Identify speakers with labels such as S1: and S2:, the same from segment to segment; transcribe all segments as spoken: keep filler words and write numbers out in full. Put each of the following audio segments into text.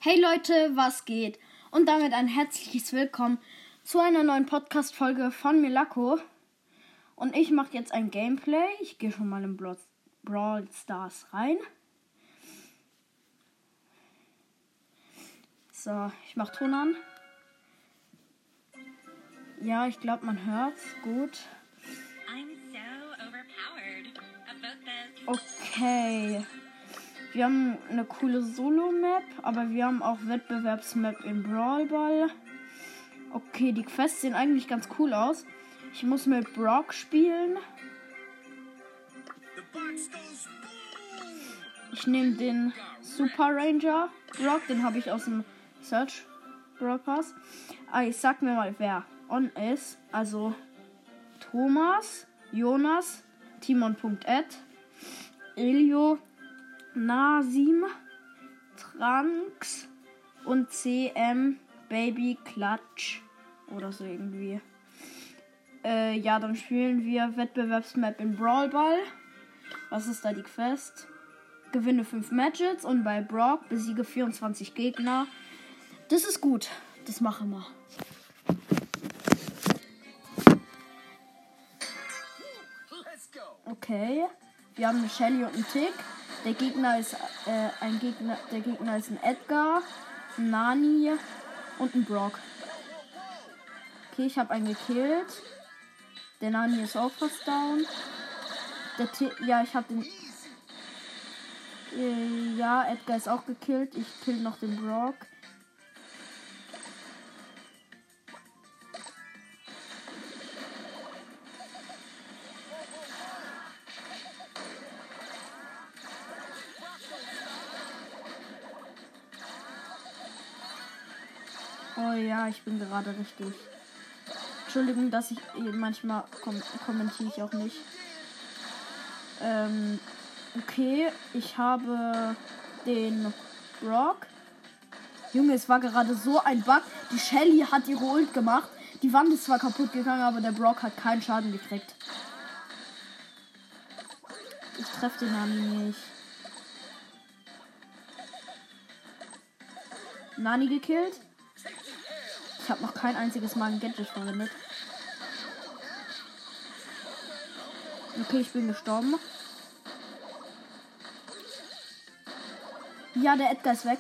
S1: Hey Leute, was geht? Und damit ein herzliches Willkommen zu einer neuen Podcast-Folge von Milako. Und ich mache jetzt ein Gameplay. Ich gehe schon mal in Brawl Stars rein. So, ich mache Ton an. Ja, ich glaube, man hört's gut. Okay. Wir haben eine coole Solo-Map, aber wir haben auch Wettbewerbsmap in Brawl Ball. Okay, die Quests sehen eigentlich ganz cool aus. Ich muss mit Brock spielen. Ich nehme den Super Ranger Brock, den habe ich aus dem Search Brawl Pass. Ah, ich sag mir mal, wer on ist. Also Thomas, Jonas, Timon.ed, Elio, Nasim, Trunks und C M Baby Clutch oder so irgendwie. Äh, ja, dann spielen wir Wettbewerbsmap in Brawl Ball. Was ist da die Quest? Gewinne fünf Matches und bei Brock besiege vierundzwanzig Gegner. Das ist gut. Das machen wir. Okay. Wir haben eine Shelly und einen Tick. Der Gegner ist äh, ein Gegner. Der Gegner ist ein Edgar, ein Nani und ein Brock. Okay, ich habe einen gekillt. Der Nani ist auch fast down. Der T ja, ich habe den. Äh, ja, Edgar ist auch gekillt. Ich kill noch den Brock. Oh ja, ich bin gerade richtig. Entschuldigung, dass ich manchmal kom kommentiere ich auch nicht. Ähm, okay, ich habe den Brock. Junge, es war gerade so ein Bug. Die Shelly hat ihre Ult gemacht. Die Wand ist zwar kaputt gegangen, aber der Brock hat keinen Schaden gekriegt. Ich treffe den Nani nicht. Nani gekillt. Ich habe noch kein einziges Mal ein Gadget verwendet. Okay, ich bin gestorben. Ja, der Edgar ist weg.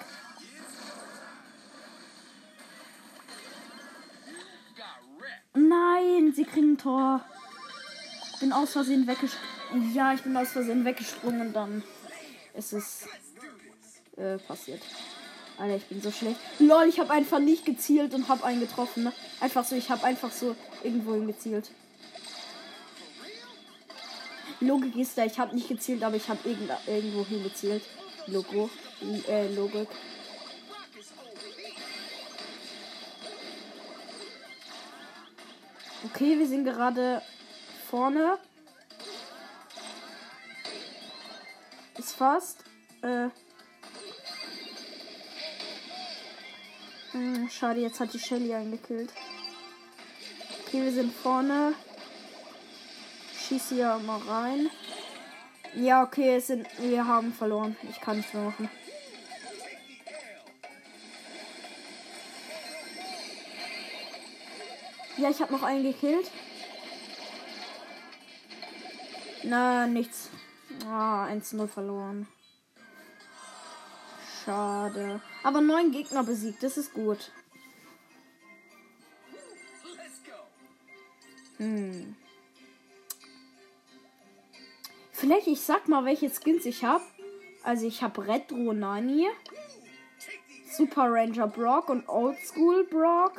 S1: Nein, sie kriegen ein Tor. Bin aus Versehen weggesprungen. Ja, ich bin aus Versehen weggesprungen und dann ist es äh, passiert. Alter, ich bin so schlecht. Lol, ich habe einfach nicht gezielt und habe einen getroffen. Ne? Einfach so, ich habe einfach so irgendwo hingezielt. Logik ist da, ich habe nicht gezielt, aber ich habe irgendwo hingezielt. Logo, äh, Logik. Okay, wir sind gerade vorne. Ist fast. Äh. Schade, jetzt hat die Shelly eingekillt. Okay, wir sind vorne. Schieß hier mal rein. Ja, okay, es sind, wir haben verloren. Ich kann nichts mehr machen. Ja, ich habe noch einen gekillt. Na, nichts. Ah, eins zu null verloren. Schade. Aber neun Gegner besiegt, das ist gut. Hm. Vielleicht, ich sag mal, welche Skins ich habe. Also ich habe Retro Nani, Super Ranger Brock und Old School Brock.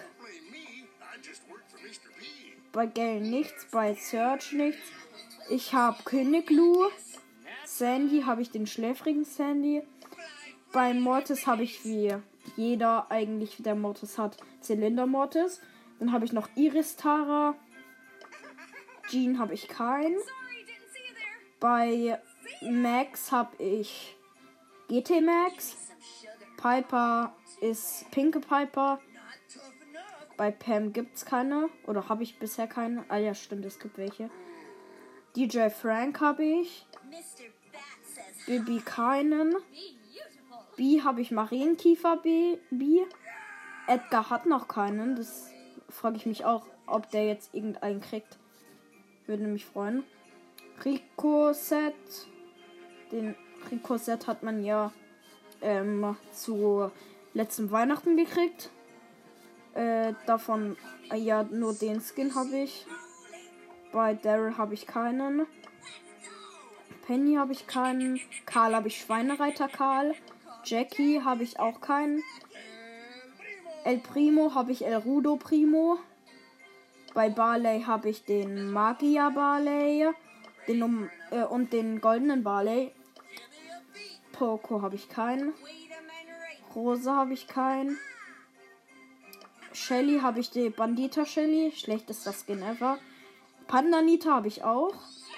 S1: Bei Gale nichts, bei Search nichts. Ich habe König Lu. Sandy habe ich den schläfrigen Sandy. Bei Mortis habe ich, wie jeder eigentlich, der Mortis hat, Zylinder Mortis. Dann habe ich noch Iris Tara. Jean habe ich keinen. Bei Max habe ich G T Max. Piper ist Pinke Piper. Bei Pam gibt es keine. Oder habe ich bisher keine. Ah ja, stimmt, es gibt welche. D J Frank habe ich. Bibi keinen. B habe ich Marienkiefer B. B. Edgar hat noch keinen. Das frage ich mich auch, ob der jetzt irgendeinen kriegt. Würde mich freuen. Rico-Set. Den Rico-Set hat man ja ähm, zu letztem Weihnachten gekriegt. Äh, davon, äh, ja, nur den Skin habe ich. Bei Daryl habe ich keinen. Penny habe ich keinen. Karl habe ich Schweinereiter Karl. Jackie habe ich auch keinen. El Primo habe ich El Rudo Primo. Bei Barley habe ich den Magier Barley. Den um, äh, und den goldenen Barley. Poco habe ich keinen. Rosa habe ich keinen. Shelly habe ich die Bandita Shelly. Schlechtester Skin ever. Pandanita habe ich auch.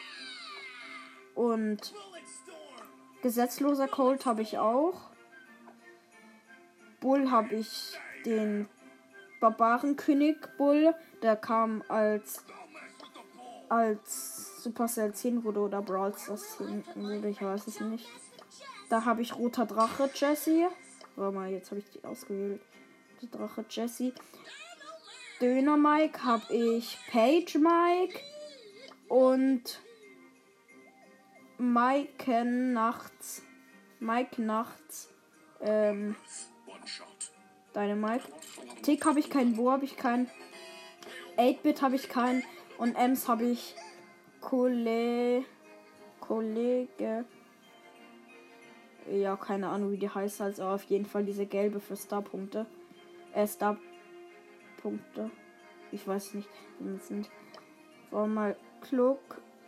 S1: Und gesetzloser Colt habe ich auch. Bull habe ich den Barbarenkönig Bull. Der kam als als Supercell zehn wurde oder Brawl Stars zehn wurde, ich weiß es nicht. Da habe ich roter Drache Jessie. Warte mal, jetzt habe ich die ausgewählt. Der Drache Jessie. Döner Mike habe ich Page Mike und Mike nachts. Mike nachts. Ähm, Deine Mike. Tick habe ich keinen, Bo habe ich keinen. acht-Bit habe ich keinen. Und Ems habe ich Kollege. Kollege. Ja, keine Ahnung, wie die heißt. Also auf jeden Fall diese gelbe für Star-Punkte. Äh, Star-Punkte. Ich weiß nicht, wie das sind. War mal klug.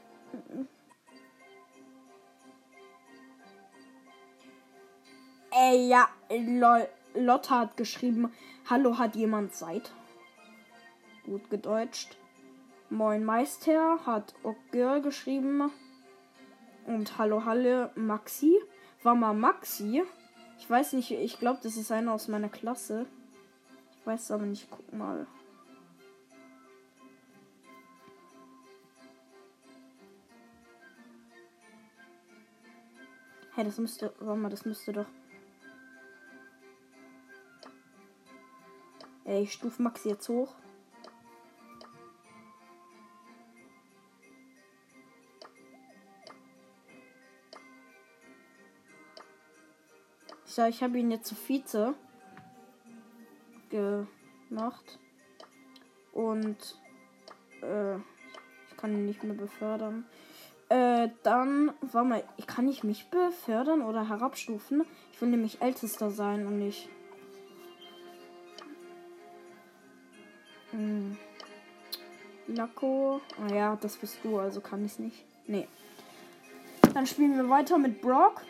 S1: Ey, ja, lol. Lotta hat geschrieben, hallo, hat jemand Zeit? Gut gedeutscht. Moin Meister hat Ogir geschrieben. Und hallo, hallo, Maxi. War mal Maxi. Ich weiß nicht, ich glaube, das ist einer aus meiner Klasse. Ich weiß aber nicht, guck mal. Hey, das müsste, warte mal, das müsste doch. Ey, ich stufe Max jetzt hoch. Ich sag, ich habe ihn jetzt zu Vize gemacht. Und äh, ich kann ihn nicht mehr befördern. Äh, dann, warte mal, kann ich mich befördern oder herabstufen? Ich will nämlich Ältester sein und nicht. Hm. Lacko. Ah ja, das bist du, also kann ich es nicht. Nee. Dann spielen wir weiter mit Brock.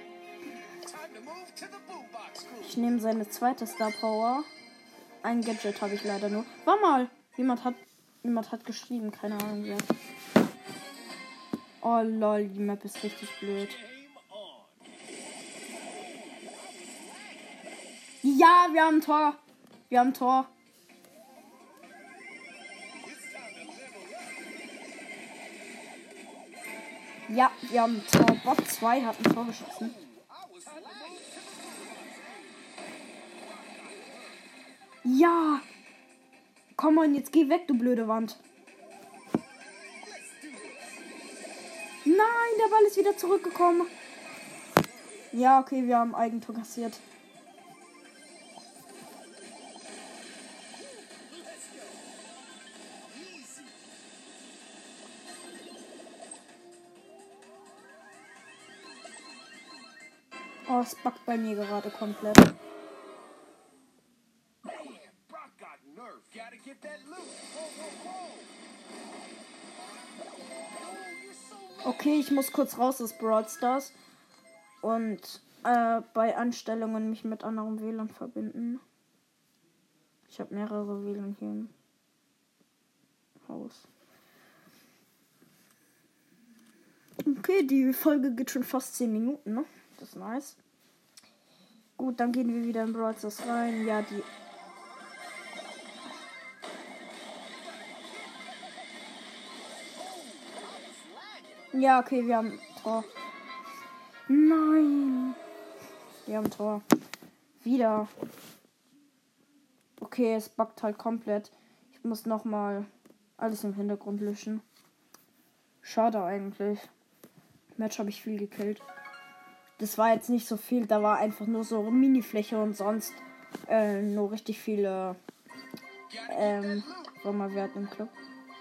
S1: Ich nehme seine zweite Star Power. Ein Gadget habe ich leider nur. War mal. Jemand hat, jemand hat geschrieben, keine Ahnung wer. Oh lol, die Map ist richtig blöd. Ja, wir haben ein Tor. Wir haben ein Tor. Ja, wir haben ein Tor. Bot zwei hat ein Tor geschossen. Ja. Komm on, jetzt geh weg, du blöde Wand. Nein, der Ball ist wieder zurückgekommen. Ja, okay, wir haben Eigentor kassiert. Oh, es backt bei mir gerade komplett. Okay, ich muss kurz raus aus Brawl Stars und äh, bei Anstellungen mich mit anderem W L A N verbinden. Ich habe mehrere W L A N hier im Haus. Okay, die Folge geht schon fast zehn Minuten, ne? Das ist nice. Gut, dann gehen wir wieder in Brawl Stars rein. Ja, die... Ja, okay, wir haben Tor. Nein. Wir haben Tor. Wieder. Okay, es buggt halt komplett. Ich muss nochmal alles im Hintergrund löschen. Schade eigentlich. Match habe ich viel gekillt. Das war jetzt nicht so viel. Da war einfach nur so Mini-Fläche und sonst äh, nur richtig viele. Ähm, war mal wert im Club.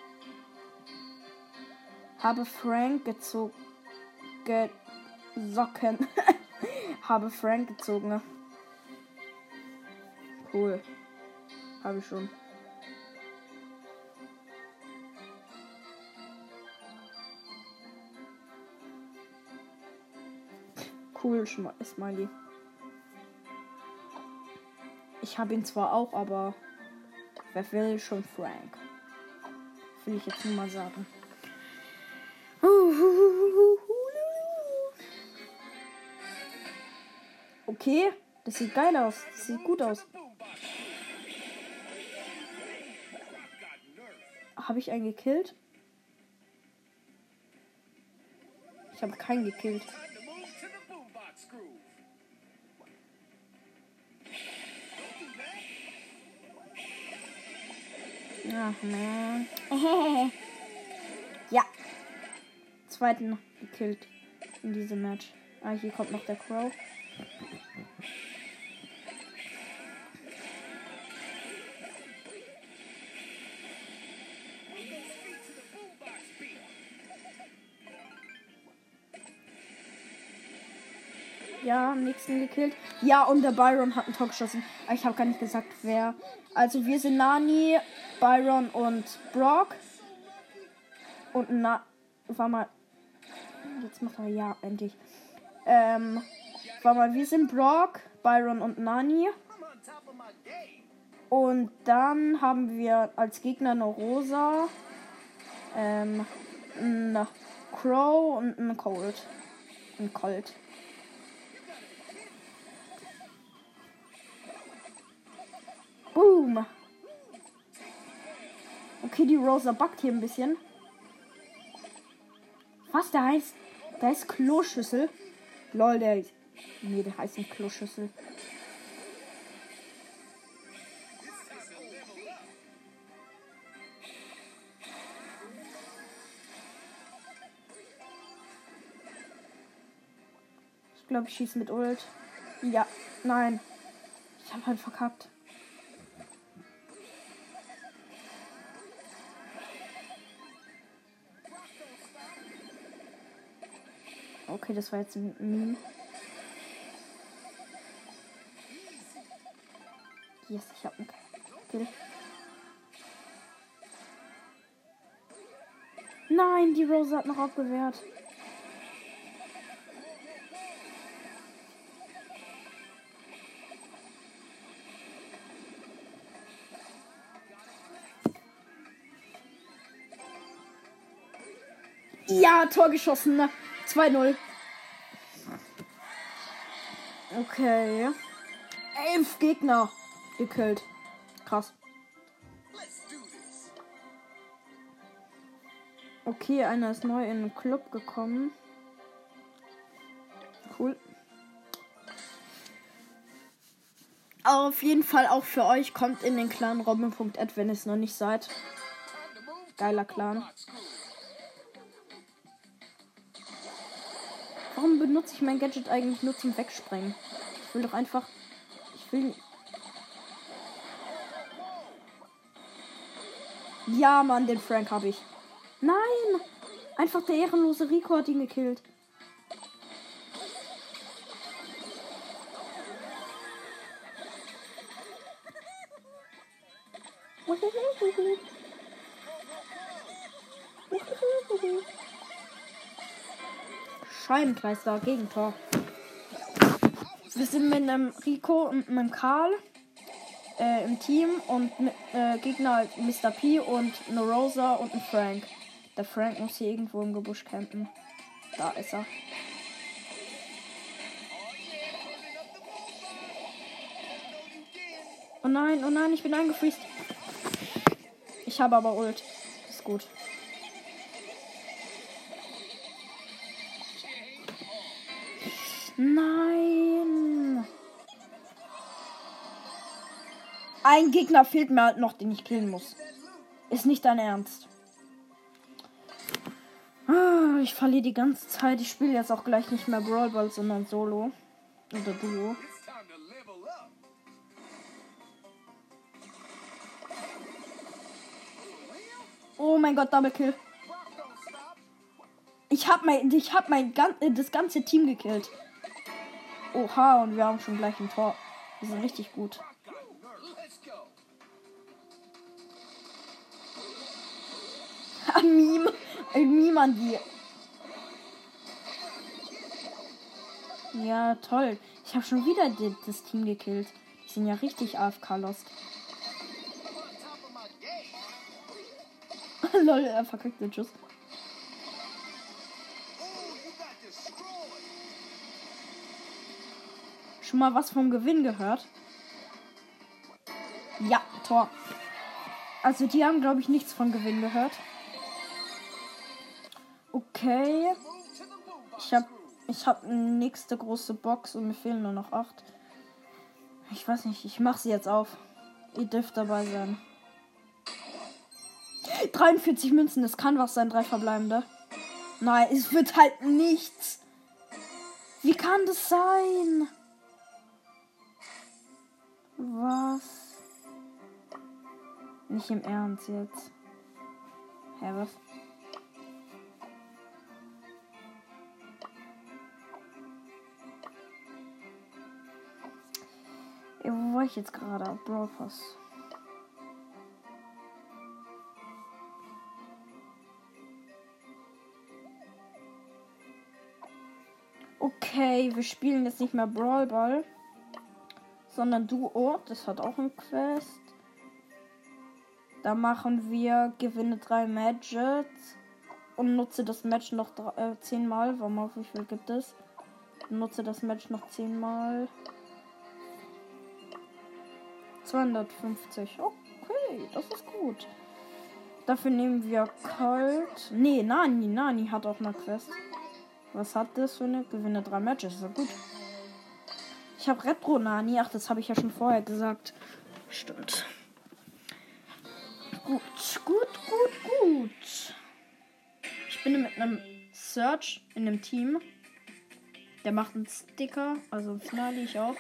S1: Habe Frank gezogen. Socken. Habe Frank gezogen. Cool. Habe ich schon. Cool, Smiley. Ich habe ihn zwar auch, aber wer will schon Frank? Will ich jetzt nur mal sagen. Okay, das sieht geil aus. Das sieht gut aus. Habe ich einen gekillt? Ich habe keinen gekillt. Ach man. Ja. Zweiten gekillt in diesem Match. Ah, hier kommt noch der Crow. Ja, am nächsten gekillt. Ja, und der Byron hat ein Tor geschossen. Aber ich habe gar nicht gesagt, wer. Also wir sind Nani, Byron und Brock. Und Na... War mal... Jetzt macht er ja endlich. Ähm... War mal, wir sind Brock, Byron und Nani. Und dann haben wir als Gegner eine Rosa, ähm, ein Crow und ein Colt. Ein Colt. Boom. Okay, die Rosa backt hier ein bisschen. Was, der heißt... Der ist Kloschüssel. Lol, der ist... Nee, der heißt nicht Kloschüssel. Ich glaube, ich schieße mit Ult. Ja, nein. Ich habe halt verkackt. Okay, das war jetzt ein Meme. Yes, ich habe einen Kill. Nein, die Rose hat noch abgewehrt. Ja, Tor geschossen. zwei null. Okay. Elf Gegner gekillt. Krass. Okay, einer ist neu in den Club gekommen. Cool. Auf jeden Fall auch für euch, kommt in den Clan robin punkt at, wenn ihr es noch nicht seid. Geiler Clan. Warum benutze ich mein Gadget eigentlich nur zum Wegsprengen? Ich will doch einfach... Ich will... Ja, Mann, den Frank habe ich. Nein! Einfach der ehrenlose Rico hat ihn gekillt. Scheibenkleister, Gegentor. Wir sind mit einem Rico und einem Karl äh, im Team und mit, äh, Gegner Mister P und eine Rosa und ein Frank. Der Frank muss hier irgendwo im Gebüsch campen. Da ist er. Oh nein, oh nein, ich bin eingefriest. Ich habe aber Ult. Ist gut. Nein. Ein Gegner fehlt mir halt noch, den ich killen muss. Ist nicht dein Ernst. Ah, ich verliere die ganze Zeit. Ich spiele jetzt auch gleich nicht mehr Brawl Ball, sondern Solo. Oder Duo. Oh mein Gott, Double Kill. Ich hab mein, ich hab mein das ganze Team gekillt. Oha, und wir haben schon gleich ein Tor. Wir sind richtig gut. Ein Meme. Ein Meme an die. Ja, toll. Ich habe schon wieder die, das Team gekillt. Die sind ja richtig A F K-lost. Lol, er verkackt den Schuss. Schon mal was vom Gewinn gehört? Ja, Tor. Also die haben, glaube ich, nichts von Gewinn gehört. Okay. Ich habe ich hab eine nächste große Box und mir fehlen nur noch acht. Ich weiß nicht, ich mache sie jetzt auf. Ihr dürft dabei sein. dreiundvierzig Münzen, das kann was sein, drei verbleibende. Nein, es wird halt nichts. Wie kann das sein? Was? Nicht im Ernst jetzt. Hä, was? Ja, wo war ich jetzt gerade? Brawl Pass. Okay, wir spielen jetzt nicht mehr Brawl Ball, sondern Duo. Das hat auch ein Quest. Da machen wir gewinne drei Matches und nutze das Match noch äh, zehnmal. Warum auf wie viel gibt es? Nutze das Match noch zehnmal. zweihundertfünfzig. Okay, das ist gut. Dafür nehmen wir Colt. Nee, Nani. Nani hat auch eine Quest. Was hat das für eine? Gewinne drei Matches. Ist ja gut. Ich habe Retro Nani. Ach, das habe ich ja schon vorher gesagt. Stimmt. Gut, gut, gut, gut. Ich bin mit einem Search in einem Team. Der macht einen Sticker. Also ein Smiley, ich auch.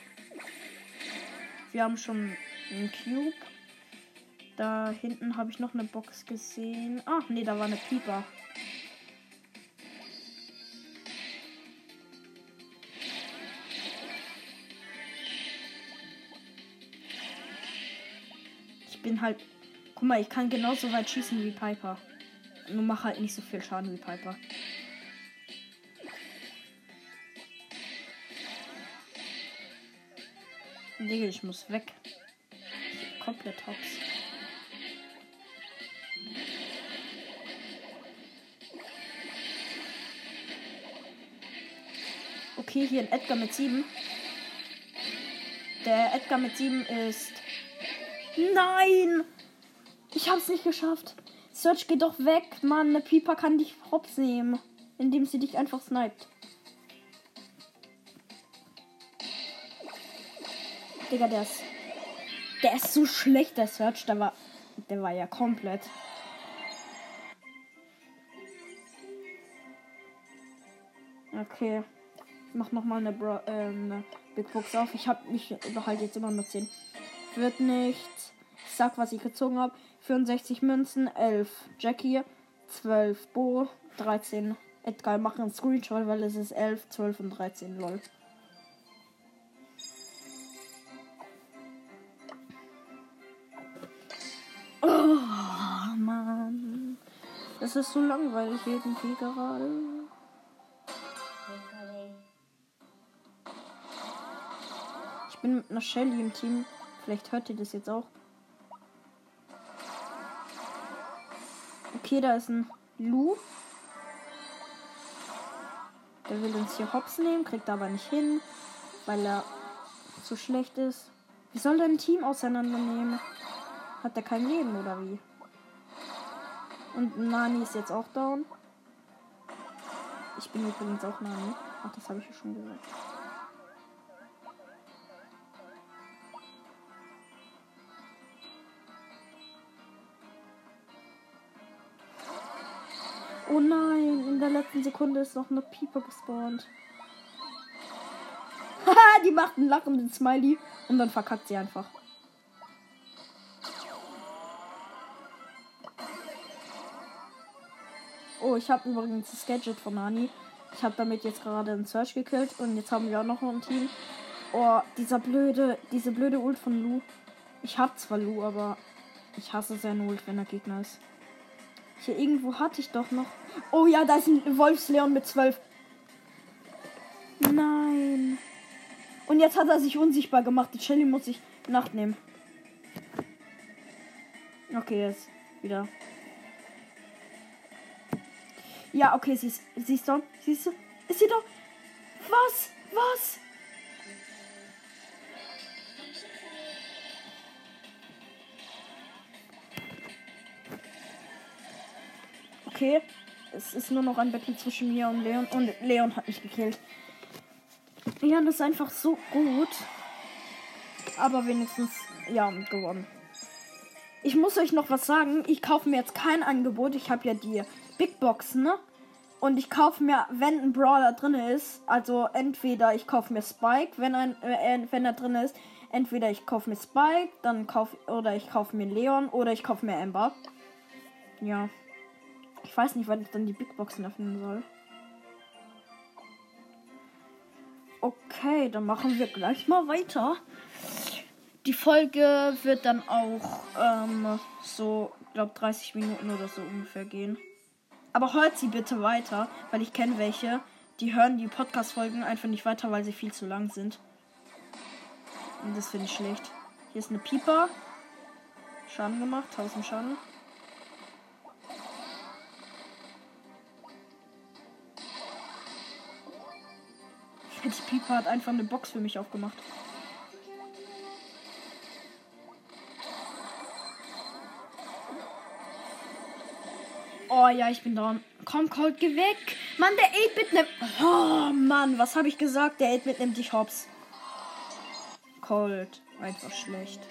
S1: Wir haben schon einen Cube. Da hinten habe ich noch eine Box gesehen. Ach nee, da war eine Pieper. Ich bin halt... Guck mal, ich kann genauso weit schießen wie Piper. Nur mach halt nicht so viel Schaden wie Piper. Digga, ich muss weg. Ich komplett hops. Okay, hier ein Edgar mit sieben. Der Edgar mit sieben ist... Nein! Ich hab's nicht geschafft. Search, geh doch weg, Mann. Eine Pieper kann dich hops nehmen, indem sie dich einfach sniped. Digga, der ist... Der ist so schlecht, der Search. Der war... Der war ja komplett... Okay. Ich mach nochmal eine, Bra äh, eine Big Box auf. Ich hab mich behalte jetzt immer nur zehn. Wird nichts. Ich sag, was ich gezogen habe. vierundsechzig Münzen, elf Jackie, zwölf Bo, dreizehn Edgar. Machen einen Screenshot, weil es ist elf, zwölf und dreizehn. Lol. Oh, Mann. Das ist so langweilig irgendwie gerade. Ich bin mit einer Shelly im Team. Vielleicht hört ihr das jetzt auch. Okay, da ist ein Lu. Der will uns hier hops nehmen, kriegt aber nicht hin, weil er zu schlecht ist. Wie soll der ein Team auseinandernehmen? Hat er kein Leben oder wie? Und Nani ist jetzt auch down. Ich bin übrigens auch Nani. Ach, das habe ich ja schon gesagt. Oh nein, in der letzten Sekunde ist noch eine Pieper gespawnt. Haha, die macht einen lachenden Smiley und dann verkackt sie einfach. Oh, ich habe übrigens das Gadget von Nani. Ich habe damit jetzt gerade einen Search gekillt und jetzt haben wir auch noch ein Team. Oh, dieser blöde, diese blöde Ult von Lu. Ich hab zwar Lu, aber ich hasse seine Ult, wenn er Gegner ist. Hier irgendwo hatte ich doch noch. Oh ja, da ist ein Wolfsleon mit zwölf. Nein. Und jetzt hat er sich unsichtbar gemacht. Die Shelly muss ich nachnehmen. Okay, jetzt wieder. Ja, okay, siehst, siehst du? Siehst du? Ist sie doch. Was? Was? Okay. Es ist nur noch ein Battle zwischen mir und Leon. Und Leon hat mich gekillt. Leon ist einfach so gut. Aber wenigstens, ja, gewonnen. Ich muss euch noch was sagen. Ich kaufe mir jetzt kein Angebot. Ich habe ja die Big Box, ne? Und ich kaufe mir, wenn ein Brawler drin ist, also entweder ich kaufe mir Spike, wenn ein, äh, wenn er drin ist, entweder ich kaufe mir Spike, dann kauf oder ich kaufe mir Leon oder ich kaufe mir Amber. Ja. Ich weiß nicht, wann ich dann die Big Boxen öffnen soll. Okay, dann machen wir gleich mal weiter. Die Folge wird dann auch ähm, so, ich glaube, dreißig Minuten oder so ungefähr gehen. Aber hört sie bitte weiter, weil ich kenne welche, die hören die Podcast-Folgen einfach nicht weiter, weil sie viel zu lang sind. Und das finde ich schlecht. Hier ist eine Pieper. Schaden gemacht, tausend Schaden. Die Pieper hat einfach eine Box für mich aufgemacht. Oh ja, ich bin down. Komm, Colt, geh weg. Mann, der acht-Bit nimmt... Oh, Mann, was habe ich gesagt? Der acht-Bit nimmt dich hops. Colt, einfach schlecht.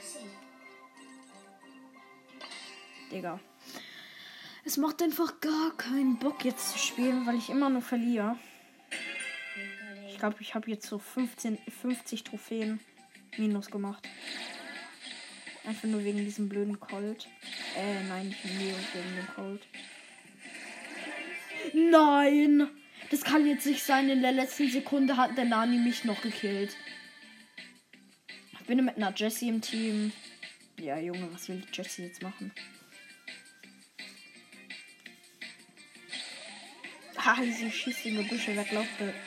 S1: Digga. Es macht einfach gar keinen Bock jetzt zu spielen, weil ich immer nur verliere. Ich glaube, ich habe jetzt so fünfzehn, fünfzig Trophäen minus gemacht. Einfach nur wegen diesem blöden Colt. Äh, nein, nicht wegen dem Colt. Nein! Das kann jetzt nicht sein. In der letzten Sekunde hat der Nani mich noch gekillt. Ich bin mit einer Jessie im Team. Ja, Junge, was will die Jessie jetzt machen? Ha, sie schießt in die Büsche weg, glaubt ihr?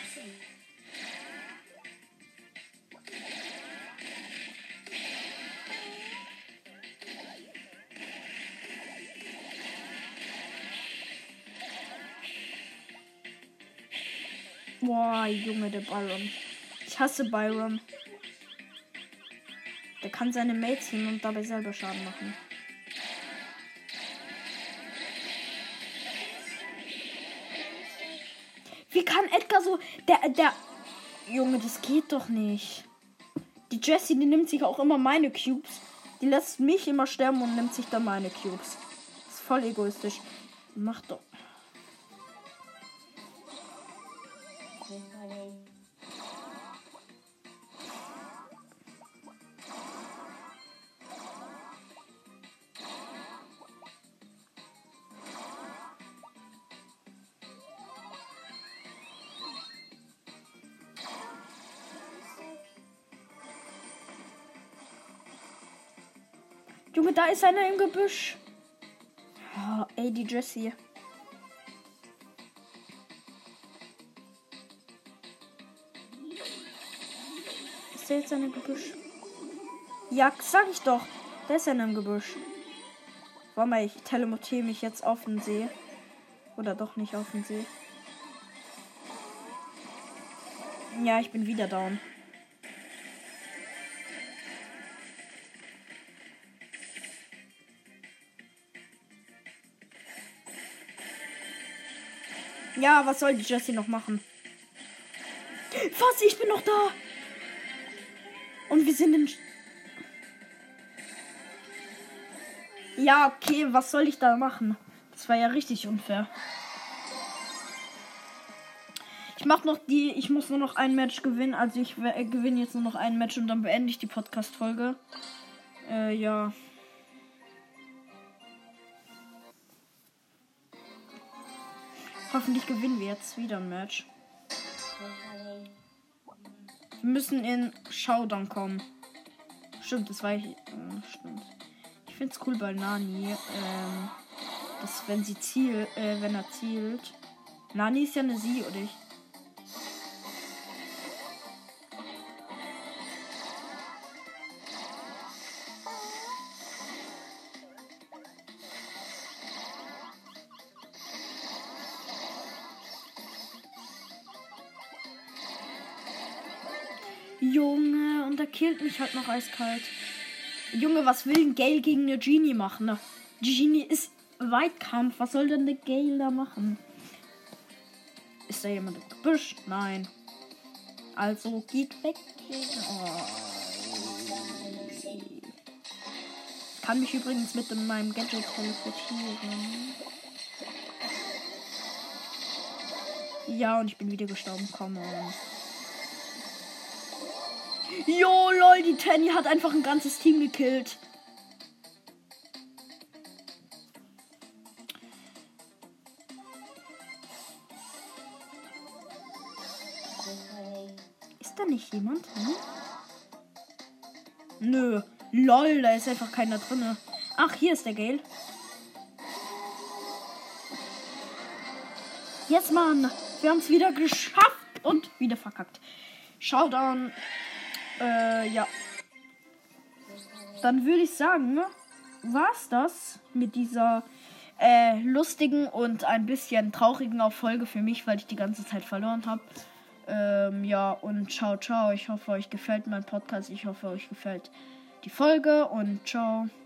S1: Boah, Junge, der Byron. Ich hasse Byron. Der kann seine Mates hin und dabei selber Schaden machen. Wie kann Edgar so... Der, der... Junge, das geht doch nicht. Die Jessie, die nimmt sich auch immer meine Cubes. Die lässt mich immer sterben und nimmt sich dann meine Cubes. Das ist voll egoistisch. Mach doch... Junge, da ist einer im Gebüsch. Oh, ey, die Jessie. Ist der jetzt einer im Gebüsch? Ja, sag ich doch. Da ist einer im Gebüsch. Warte mal, ich teleportiere mich jetzt auf den See. Oder doch nicht auf den See. Ja, ich bin wieder down. Ja, was soll die Jessie noch machen? Was? Ich bin noch da. Und wir sind im... Sch ja, okay, was soll ich da machen? Das war ja richtig unfair. Ich mach noch die, ich muss nur noch ein Match gewinnen, also ich äh, gewinne jetzt nur noch ein Match und dann beende ich die Podcast-Folge. Äh, ja. Hoffentlich gewinnen wir jetzt wieder ein Match. Wir müssen in Showdown kommen. Stimmt, das war ich. Äh, stimmt. Ich find's cool bei Nani, ähm, dass wenn sie zielt, äh, wenn er zielt. Nani ist ja eine Sie, oder ich? Junge, und der killt mich halt noch eiskalt. Junge, was will ein Gale gegen eine Genie machen? Ne? Die Genie ist Weitkampf. Was soll denn der Gale da machen? Ist da jemand im Gebüsch? Nein. Also geht weg. Oh. Ich kann mich übrigens mit meinem Gadget teleportieren. Ja, und ich bin wieder gestorben. Komm on. Jo, lol, die Tanny hat einfach ein ganzes Team gekillt. Ist da nicht jemand? Hm? Nö. Lol, da ist einfach keiner drin. Ach, hier ist der Gale. Jetzt, Mann. Wir haben es wieder geschafft und wieder verkackt. Showdown. Äh, ja. Dann würde ich sagen, war's das mit dieser äh, lustigen und ein bisschen traurigen Folge für mich, weil ich die ganze Zeit verloren habe. Ähm, ja, und ciao, ciao. Ich hoffe, euch gefällt mein Podcast. Ich hoffe, euch gefällt die Folge und ciao.